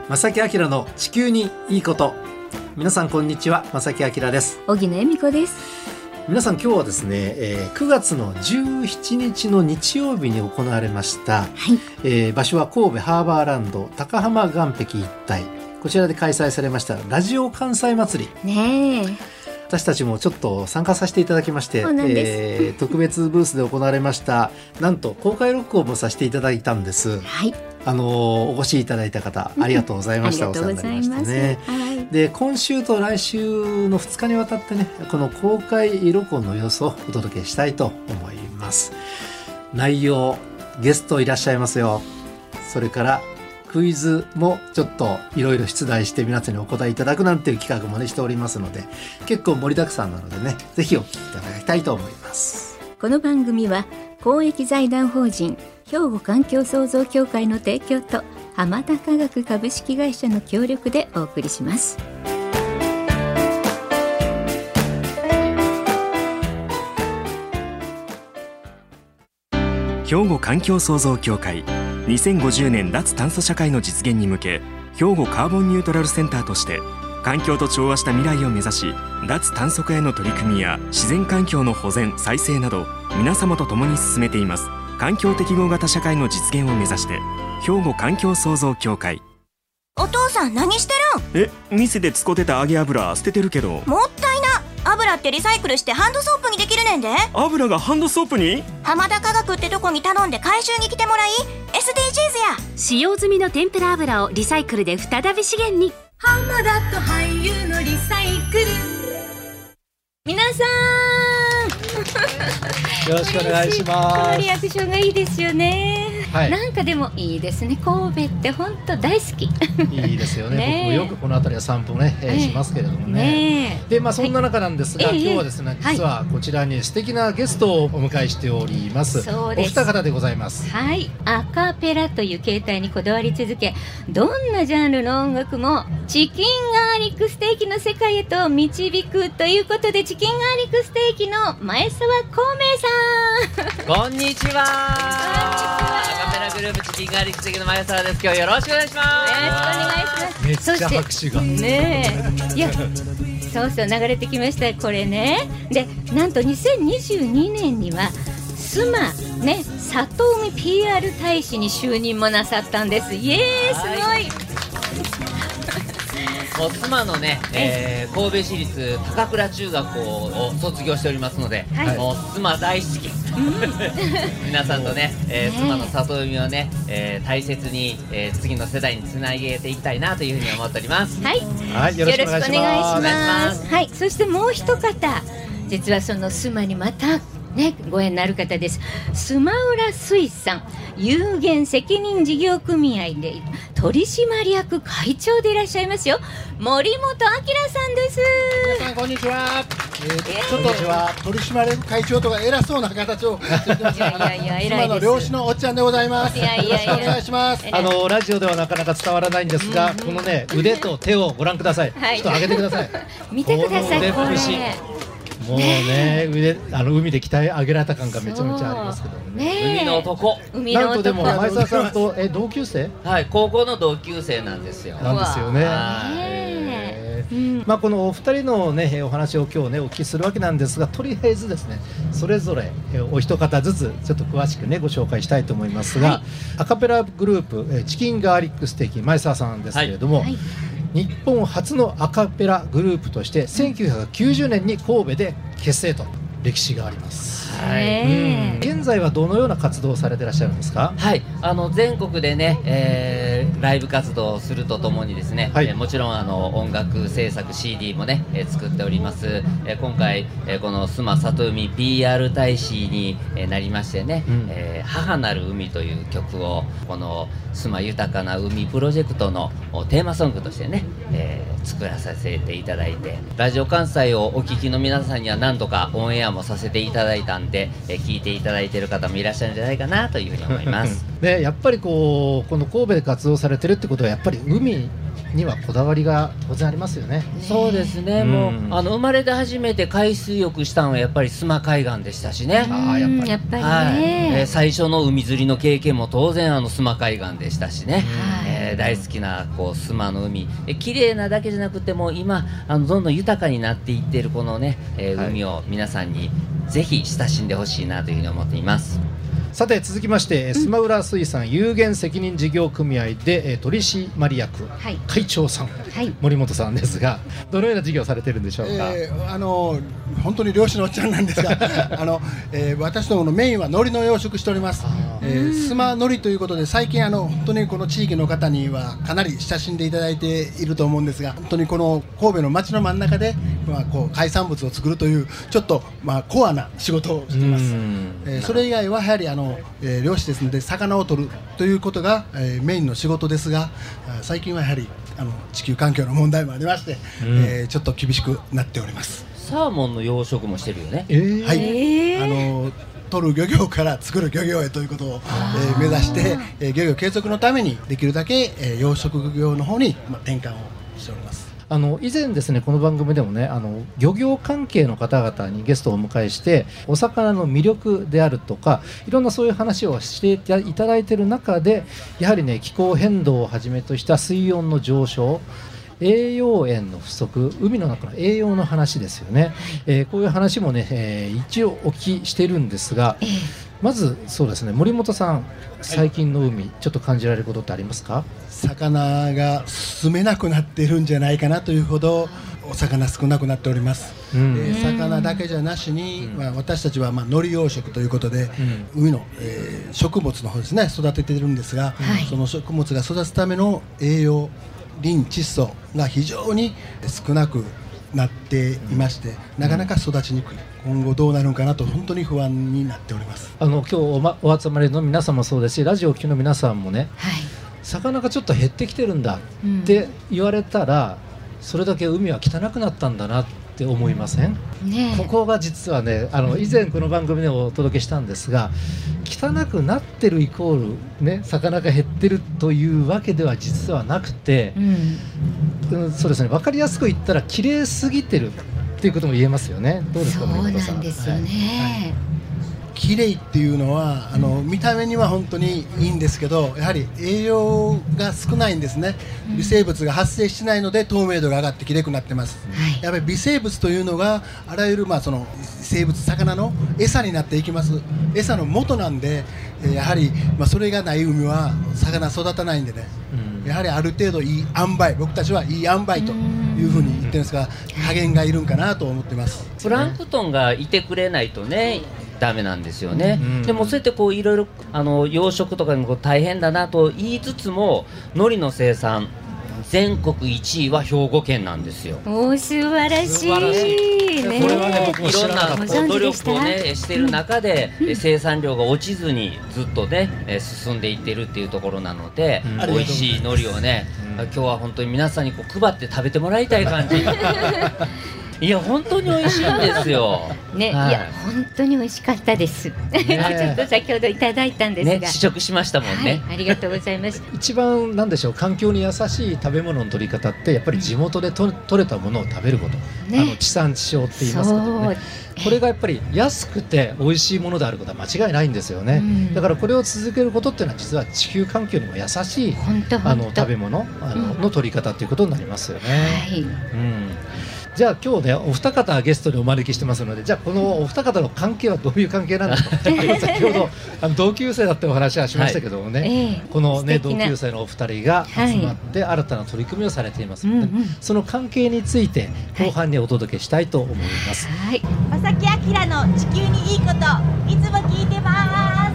正木明の地球にいいこと。皆さんこんにちは、正木明です。 荻野恵美子です。 皆さん今日はですね、9月の17日の日曜日に行われました、場所は神戸ハーバーランド高浜岸壁一帯、こちらで開催されましたラジオ関西祭りねえ。私たちもちょっと参加させていただきまして、特別ブースで行われました。なんと公開録音もさせていただいたんです。お越しいただいた方ありがとうございました。お世話になりましたね。で、今週と来週の2日にわたってね、この公開録音の様子をお届けしたいと思います。内容、ゲストいらっしゃいますよ。それからクイズもちょっといろいろ出題して皆さんにお答えいただくなんていう企画もねしておりますので、結構盛りだくさんなのでね、ぜひお聞きいただきたいと思います。 この番組は公益財団法人兵庫環境創造協会の提供と浜田科学株式会社の協力でお送りします。 兵庫環境創造協会2050年脱炭素社会の実現に向け、兵庫カーボンニュートラルセンターとして環境と調和した未来を目指し、脱炭素化への取り組みや自然環境の保全再生など皆様と共に進めています。環境適合型社会の実現を目指して、兵庫環境創造協会。 お父さん何してるん？ 店で使ってた揚げ油捨ててるけど。 もったいな。油ってリサイクルしてハンドソープにできるねんで。 油がハンドソープに？ 浜田科学ってとこに頼んで回収に来てもらい、 SDGs や。 使用済みの天ぷら油をリサイクルで再び資源に。 浜田と俳優のリサイクル。皆さんよろしくお願いします。 このリアクションがいいですよね。なんかでもいいですね。神戸って本当大好き。 いいですよね。僕もよくこの辺りは散歩ね、しますけれどもね。で、そんな中なんですが、今日はですね、実はこちらに素敵なゲストをお迎えしております。お二方でございます。 アカペラという形態にこだわり続け、どんなジャンルの音楽もチキンガーリックステーキの世界へと導くということで、チキンガーリックステーキの前澤孔明さん。 こんにちは。アカペラグループチキンガーリックステーキの前澤です。今日よろしくお願いします。 よろしくお願いします。 めっちゃ拍手がいや、そう流れてきましたこれね。で、なんと2022年には妻ね、里海 PR 大使に就任もなさったんです。イエーイ、すごい。 もう妻のね、神戸市立高倉中学校を卒業しておりますので、もう妻大好き。皆さんとね、妻の里海をね、大切に、次の世代につなげていきたいなというふうに思っております。 よろしくお願いします。そしてもう一方、実はその妻にまたね、ご縁のある方です。スマウラ水産有限責任事業組合で取締役会長でいらっしゃいますよ、森本明さんです。 皆さんこんにちは。ちょっと取締役会長とか偉そうな形を妻の漁師のおっちゃんでございます。よろしくお願いします。 ラジオではなかなか伝わらないんですが、このね、腕と手をご覧ください。ちょっと上げてください。 見てください。これもうね、海で鍛え上げられた感がめちゃめちゃありますけどね。 海の男。 なんとでも前澤さんと同級生？ 高校の同級生なんですよ。 なんですよね。このお二人のね、お話を今日ねお聞きするわけなんですが、とりあえずですね、それぞれお一方ずつちょっと詳しくねご紹介したいと思いますが、アカペラグループチキンガーリックステーキ前澤さんですけれども、日本初のアカペラグループとして1990年に神戸で結成と歴史があります。現在はどのような活動をされていらっしゃるんですか？ 全国でね、ライブ活動をするとともにですね、もちろん音楽制作 CD もね、作っております。今回、この須磨里海 PR 大使になりましてね、母なる海という曲をこの須磨豊かな海プロジェクトのテーマソングとしてね、作らさせていただいて、ラジオ関西をお聞きの皆さんには何度かオンエアもさせていただいたんで、聞いていただいている方もいらっしゃるんじゃないかなというふうに思います。 で、やっぱりこの神戸で活動されてるってことはやっぱり海にはこだわりが当然ありますよね。 そうですね、もう生まれて初めて海水浴したのはやっぱり須磨海岸でしたしね。 やっぱりね、 最初の海釣りの経験も当然須磨海岸でしたしね、大好きな須磨の海、綺麗なだけじゃなくても今どんどん豊かになっていっているこのね、海を皆さんにぜひ親しんでほしいなというふうに思っています。 さて続きまして、須磨浦水産有限責任事業組合で、取締役、会長さん、森本さんですが、どのような事業をされているんでしょうか。 本当に漁師のおっちゃんなんですが私どものメインは海苔の養殖しております。須磨海苔ということで最近本当にこの地域の方にはかなり親しんでいただいていると思うんですが、本当にこの神戸の町の真ん中で、こう海産物を作るというちょっとコアな仕事をしています。それ以外はやはり漁師ですので魚を取るということが、メインの仕事ですが、最近はやはり地球環境の問題もありまして、ちょっっと厳しくなっております。 サーモンの養殖もしてるよね。 はい、取る漁業から作る漁業へということを、目指して、漁業継続のためにできるだけ、養殖漁業の方に、転換をしております。 以前ですね、この番組でもね、漁業関係の方々にゲストをお迎えしてお魚の魅力であるとかいろんなそういう話をしていただいている中で、やはりね、気候変動をはじめとした水温の上昇、栄養塩の不足、海の中の栄養の話ですよね、こういう話もね、一応お聞きしてるんですが、まずそうですね、森本さん、最近の海、ちょっと感じられることってありますか？ 魚が住めなくなっているんじゃないかなというほどお魚少なくなっております。魚だけじゃなしに、私たちは海苔養殖ということで、海の、食物の方ですね、育てているんですが、その食物が育つための栄養、リン窒素が非常に少なくなっていまして、なかなか育ちにくい。今後どうなるのかなと本当に不安になっております。 今日お集まりの皆さんもそうですし、ラジオを聴きの皆さんもね、魚がちょっと減ってきてるんだって言われたら、それだけ海は汚くなったんだなって思いません？ここが実はね、以前この番組でお届けしたんですが、汚くなってるイコール、ね、魚が減ってるというわけでは実はなくて、そうですね、分かりやすく言ったら綺麗すぎてるっていうことも言えますよね。どうですか？ そうなんですよね。 綺麗っていうのは見た目には本当にいいんですけど、やはり栄養が少ないんですね。微生物が発生しないので透明度が上がってきれくなってます。やっぱり微生物というのがあらゆるその生物、魚の餌になっていきます。餌の元なんで、やはりそれがない海は魚育たないんでね、やはりある程度いい塩梅、僕たちはいい塩梅というふうに言ってるんですが、加減がいるんかなと思ってます。 プランクトンがいてくれないとね、ダメなんですよね。でもそうやっていろいろ養殖とかにも大変だなと言いつつも、海苔の生産全国1位は兵庫県なんですよ。 素晴らしい。 これはね、僕もいろんな努力をねしている中で、生産量が落ちずにずっとね進んでいってるっていうところなので、美味しい海苔をね、今日は本当に皆さんに配って食べてもらいたい感じ。いや本当に美味しいんですよ。 ね、いや本当に美味しかったです。ちょっと先ほどいただいたんですが、 試食しましたもんね。 ありがとうございます。 一番なんでしょう、環境に優しい食べ物の取り方ってやっぱり地元で取れたものを食べること。地産地消って言いますけどね。これがやっぱり安くて美味しいものであることは間違いないんですよね。だからこれを続けることっていうのは実は地球環境にも優しい食べ物の取り方っていうことになりますよね。じゃあ今日ね、お二方ゲストにお招きしてますので、じゃあこのお二方の関係はどういう関係なんだと先ほど同級生だってお話はしましたけどもね、このね同級生のお二人が集まって新たな取り組みをされていますので、その関係について後半にお届けしたいと思います。 正木明の地球にいいこと、いつも聞いてます。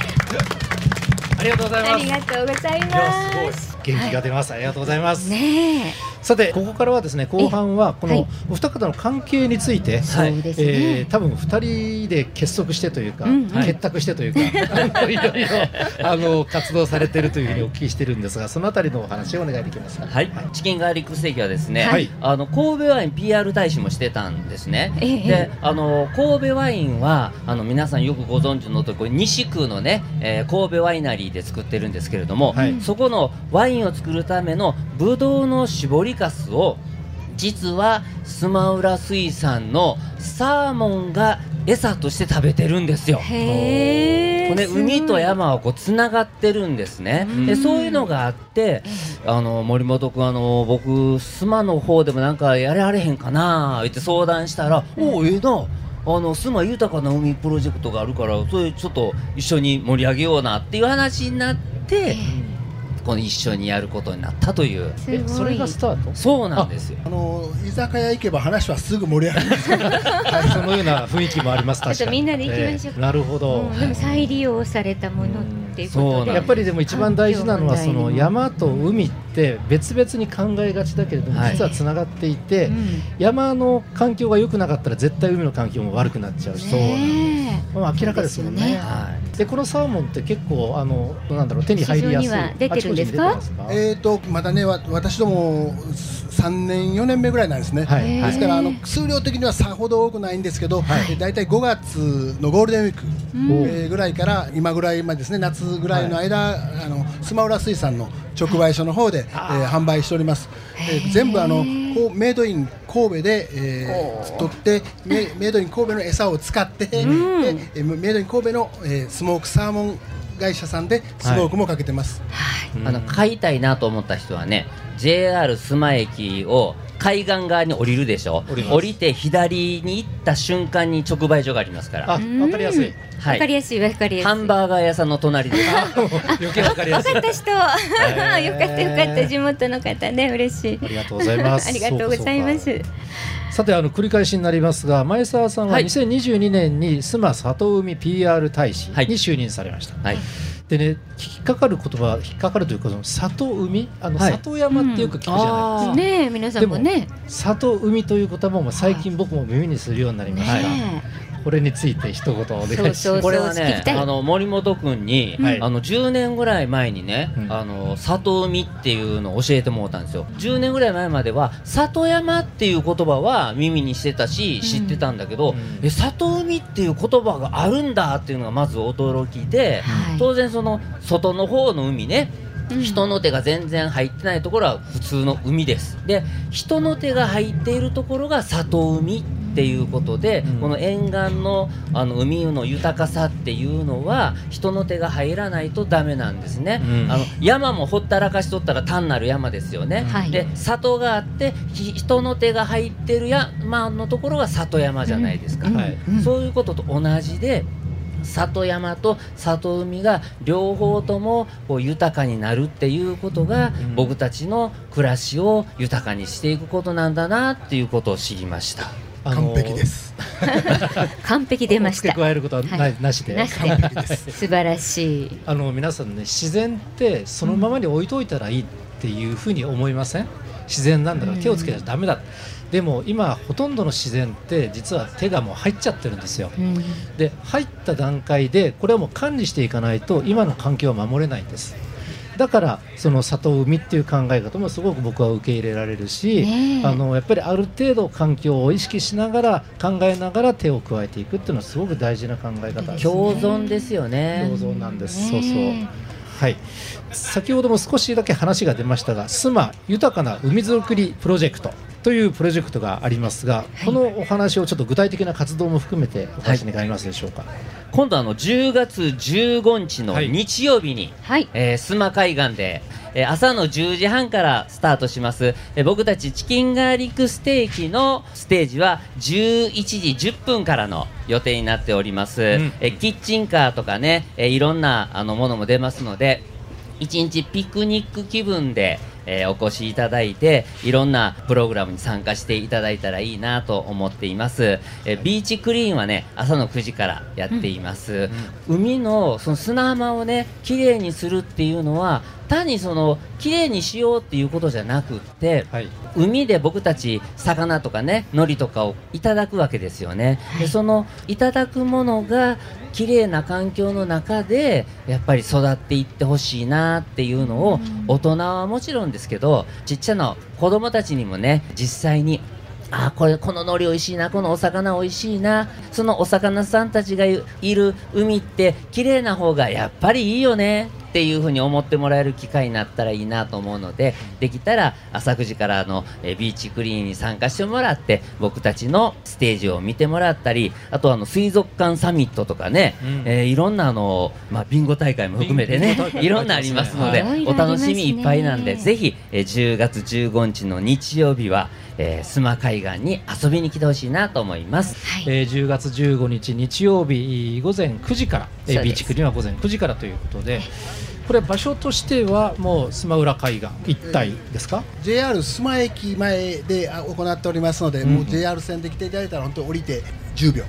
ありがとうございます。 ありがとうございます。 元気が出ます。ありがとうございます。 さてここからはですね後半はこのお二方の関係について、多分2人で結束してというか、結託してというかいろいろ活動されているというふうにお聞きしてるんですが、そのあたりのお話をお願いできますか。 チキンガーリックステーキはですね、神戸ワイン PR 大使もしてたんですね。で神戸ワインは皆さんよくご存知のとおり西区のね、神戸ワイナリーで作ってるんですけれども、そこのワインを作るためのブドウの搾りかすを実はスマウラ水産のサーモンが餌として食べてるんですよ。海と山はこうつながってるんですね。でそういうのがあって森本君僕スマの方でもなんかやられへんかな言って相談したら、おおええなスマ豊かな海プロジェクトがあるからそれちょっと一緒に盛り上げようなっていう話になって、この一緒にやることになったという。 それがスタート。 そうなんですよ。 居酒屋行けば話はすぐ盛り上がるんですけど、 そのような雰囲気もあります。確かにみんなで行きましょう。 なるほど。 でも再利用されたものっていうことで、 やっぱりでも一番大事なのはその山と海って別々に考えがちだけれども、実はつながっていて、山の環境が良くなかったら絶対海の環境も悪くなっちゃうし、明らかですもんね。でこのサーモンって結構なんだろう、手に入りやすい。 出てるんですか？ まだね私ども3年4年目ぐらいなんですね。ですから数量的にはさほど多くないんですけど、だいたい5月のゴールデンウィークぐらいから今ぐらいまでですね、夏ぐらいの間スマウラ水産の直売所の方で販売しております。全部メイドイン神戸で取ってメイドイン神戸の餌を使ってメイドイン神戸のスモークサーモン会社さんでスモークもかけてます。 買いたいなと思った人はね JR 須磨駅を海岸側に降りるでしょ。降りて左に行った瞬間に直売所がありますから。 わかりやすい。 わかりやすいわかりやすい。 ハンバーガー屋さんの隣です。 余計わかりやすい。 わかった人。よかったよかった地元の方ね、嬉しい。 ありがとうございます。 ありがとうございます。 さて繰り返しになりますが、前澤さんは2022年にスマ里海 PR 大使に就任されました。でね、引っかかる言葉、引っかかるというか、里海里山ってよく聞くじゃないですか。 ね、皆さんもね。 里海という言葉も最近僕も耳にするようになりました。これについて一言お願いします。 これはね、森本君に、10年ぐらい前にね、里海っていうのを教えてもらったんですよ。10年ぐらい前までは里山っていう言葉は耳にしてたし知ってたんだけど、里海っていう言葉があるんだっていうのがまず驚きで、当然その外の方の海ね、人の手が全然入ってないところは普通の海です。で人の手が入っているところが里海っていうことで、この沿岸の海の豊かさっていうのは人の手が入らないとダメなんですね。山もほったらかしとったら単なる山ですよね。で里があって人の手が入ってる山のところが里山じゃないですか。そういうことと同じで、里山と里海が両方ともこう豊かになるっていうことが、僕たちの暮らしを豊かにしていくことなんだなっていうことを知りました。 完璧です。 完璧出ました。 付け加えることはなしで。 完璧です。素晴らしい。 皆さんね、自然ってそのままに置いといたらいいっていうふうに思いません？自然なんだから手をつけちゃダメだ。でも今ほとんどの自然って実は手がもう入っちゃってるんですよ。で入った段階でこれはもう管理していかないと今の環境は守れないんです。だからその里海っていう考え方もすごく僕は受け入れられるし、やっぱりある程度環境を意識しながら考えながら手を加えていくっていうのはすごく大事な考え方ですね。 共存ですよね。 共存なんです。そうそう。はい。先ほども少しだけ話が出ましたが、スマ豊かな海づくりプロジェクトというプロジェクトがありますが、このお話をちょっと具体的な活動も含めてお話し願いますでしょうか。 今度10月15日の日曜日に、須磨海岸で朝の10時半からスタートします。僕たちチキンガーリックステーキのステージは11時10分からの予定になっております。キッチンカーとかね、いろんなものも出ますので、一日ピクニック気分でお越しいただいていろんなプログラムに参加していただいたらいいなと思っています。ビーチクリーンはね朝の9時からやっています、海のその砂浜をねきれいにするっていうのは単にそのきれいにしようっていうことじゃなくって、海で僕たち魚とかね海苔とかをいただくわけですよね、でそのいただくものがきれいな環境の中でやっぱり育っていってほしいなっていうのを、大人はもちろんですけどちっちゃな子供たちにもね実際にこの海苔おいしいな、このお魚おいしいな、そのお魚さんたちがいる海って綺麗な方がやっぱりいいよねっていうふうに思ってもらえる機会になったらいいなと思うので、できたら朝9時からビーチクリーンに参加してもらって僕たちのステージを見てもらったり、あと水族館サミットとかね、いろんなビンゴ大会も含めてねいろんなありますので、お楽しみいっぱいなんで、ぜひ10月15日の日曜日は須磨海岸に遊びに来てほしいなと思います、 10月15日日曜日午前9時から、ビーチクリーンは午前9時からということで、これ場所としてはもう須磨浦海岸一帯ですか？ JR 須磨駅前で行っておりますので、もう JR 線で来ていただいたら本当に降りて10秒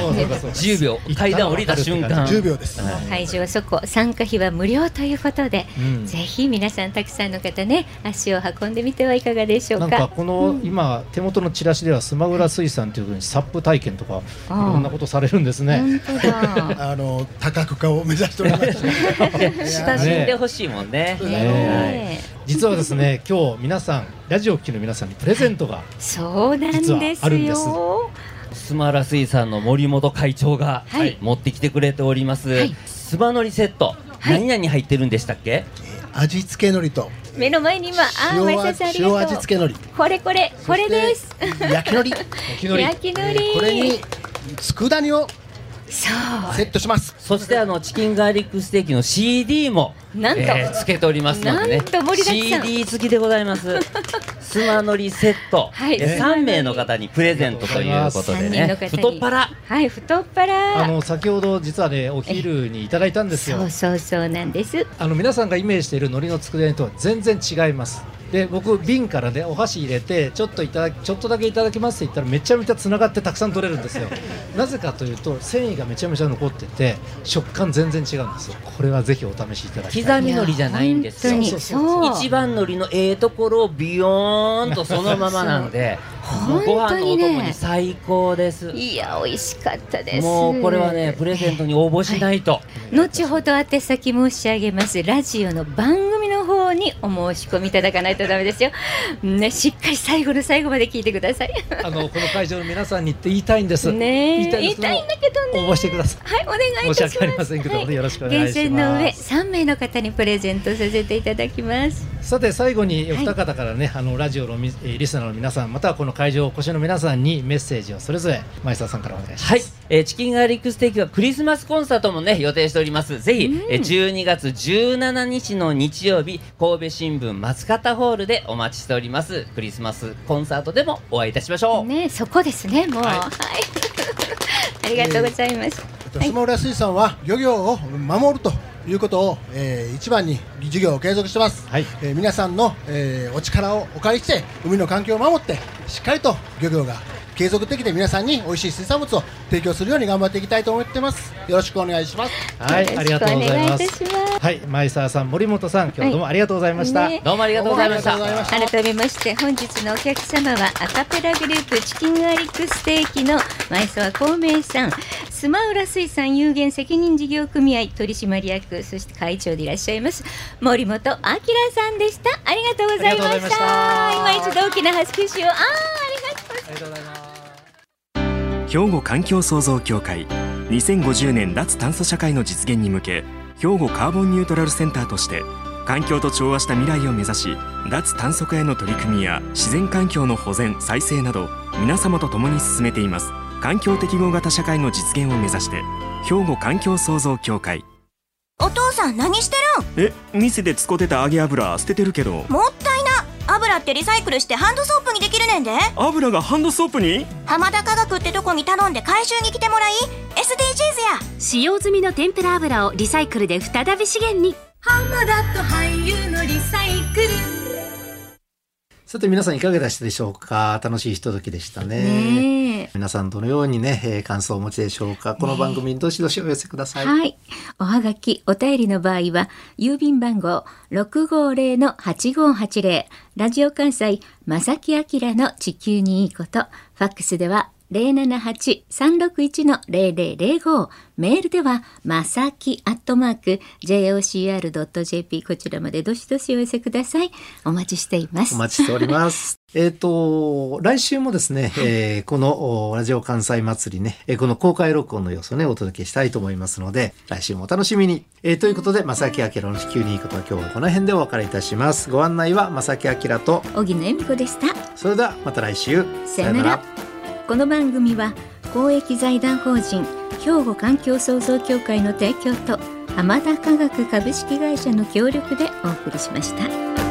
10秒階段降りた瞬間 10秒です、 会場はそこ、参加費は無料ということで、ぜひ皆さんたくさんの方ね足を運んでみてはいかがでしょうか。 なんかこの、今手元のチラシでは須磨浦水産というふうにサップ体験とかいろんなことされるんですね。 本当だ多角化を目指しております親しんでほしいもんね。 実はですね今日皆さんラジオを聴きの皆さんにプレゼントがそうなんですよ。 須磨浦水産の森本会長が持ってきてくれております、須磨海苔セット、何々入ってるんでしたっけ？ 味付け海苔と目の前に今塩味付け海苔、 これです焼き海苔これに佃煮をセットします。 そしてチキンガーリックステーキの CD もなんと、 つけておりますのでね、CD 付きでございます須磨海苔セット、3名の方にプレゼントということでね、太っ腹太っ腹先ほど実はねお昼にいただいたんですよ。 そうなんです。 皆さんがイメージしている海苔の佃煮とは全然違います。で僕瓶からねお箸入れてちょっとだけいただきますって言ったらめちゃめちゃつながってたくさん取れるんですよなぜかというと繊維がめちゃめちゃ残ってて食感全然違うんですよ。これはぜひお試しいただきたい。 刻み海苔じゃないんですよ。一番海苔のところをビヨーンとそのままなんでご飯のお供に最高です。 いや美味しかったです。 もうこれはねプレゼントに応募しないと、 後ほど宛先申し上げます。ラジオの番組の方にお申し込みいただかないとダメですよ、ね、しっかり最後の最後まで聞いてくださいこの会場の皆さんに言いたいんですね。言いたいんだけどね。 応募してください。 はい、お願いいたします。 申し訳ありませんけど、よろしくお願いします。 厳選の上3名の方にプレゼントさせていただきます。 さて最後にお二方からね、ラジオのリスナーの皆さん、またはこの会場お越しの皆さんにメッセージをそれぞれ前澤さんからお願いします。 はい、チキンガーリックステーキはクリスマスコンサートもね予定しております。ぜひ、12月17日の日曜日神戸新聞松方ホールでお待ちしております。クリスマスコンサートでもお会いいたしましょうね。そこですね。もう、ありがとうございます。 須磨浦水産は漁業を守るということを、一番に事業を継続してます、皆さんの、お力をお借りして海の環境を守ってしっかりと漁業が継続的で皆さんに美味しい水産物を提供するように頑張っていきたいと思ってます。よろしくお願いします。 はい、ありがとうございます。はい、前澤さん、森本さん、今日どうもありがとうございました。 どうもありがとうございました。 改めまして本日のお客様はアカペラグループチキンガーリックステーキの前澤孔明さん、須磨浦水産有限責任事業組合取締役、そして会長でいらっしゃいます森本明さんでした。ありがとうございました。今一度大きな拍手を。ありがとうございます。 兵庫環境創造協会2050年脱炭素社会の実現に向け、兵庫カーボンニュートラルセンターとして環境と調和した未来を目指し、脱炭素化への取り組みや自然環境の保全再生など皆様と共に進めています。環境適合型社会の実現を目指して、兵庫環境創造協会。 お父さん何してるん？店で使ってた揚げ油捨ててるけど。 もったいな。油ってリサイクルしてハンドソープにできるねんで。 油がハンドソープに？ 浜田化学ってとこに頼んで回収に来てもらい SDGs や。 使用済みの天ぷら油をリサイクルで再び資源に。 浜田と俳優のリサイクルさて皆さんいかがでしたでしょうか。楽しいひとときでしたね。皆さんどのようにね、感想をお持ちでしょうか。この番組にどしどしお寄せください。 はい。おはがきお便りの場合は郵便番号 650-8580 ラジオ関西正木明の地球にいいこと。ファックスでは078-361-0005、メールではまさき@jocr.jp、 こちらまでどしどしお寄せください。お待ちしています。 お待ちしております来週もですね、このラジオ関西祭りね、この公開録音の様子をねお届けしたいと思いますので、来週もお楽しみに。ということで正木明の地球にいいことは今日はこの辺でお別れいたします。ご案内は正木明と荻野恵美子でした。 それではまた来週、 さよなら。この番組は公益財団法人兵庫環境創造協会の提供と浜田科学株式会社の協力でお送りしました。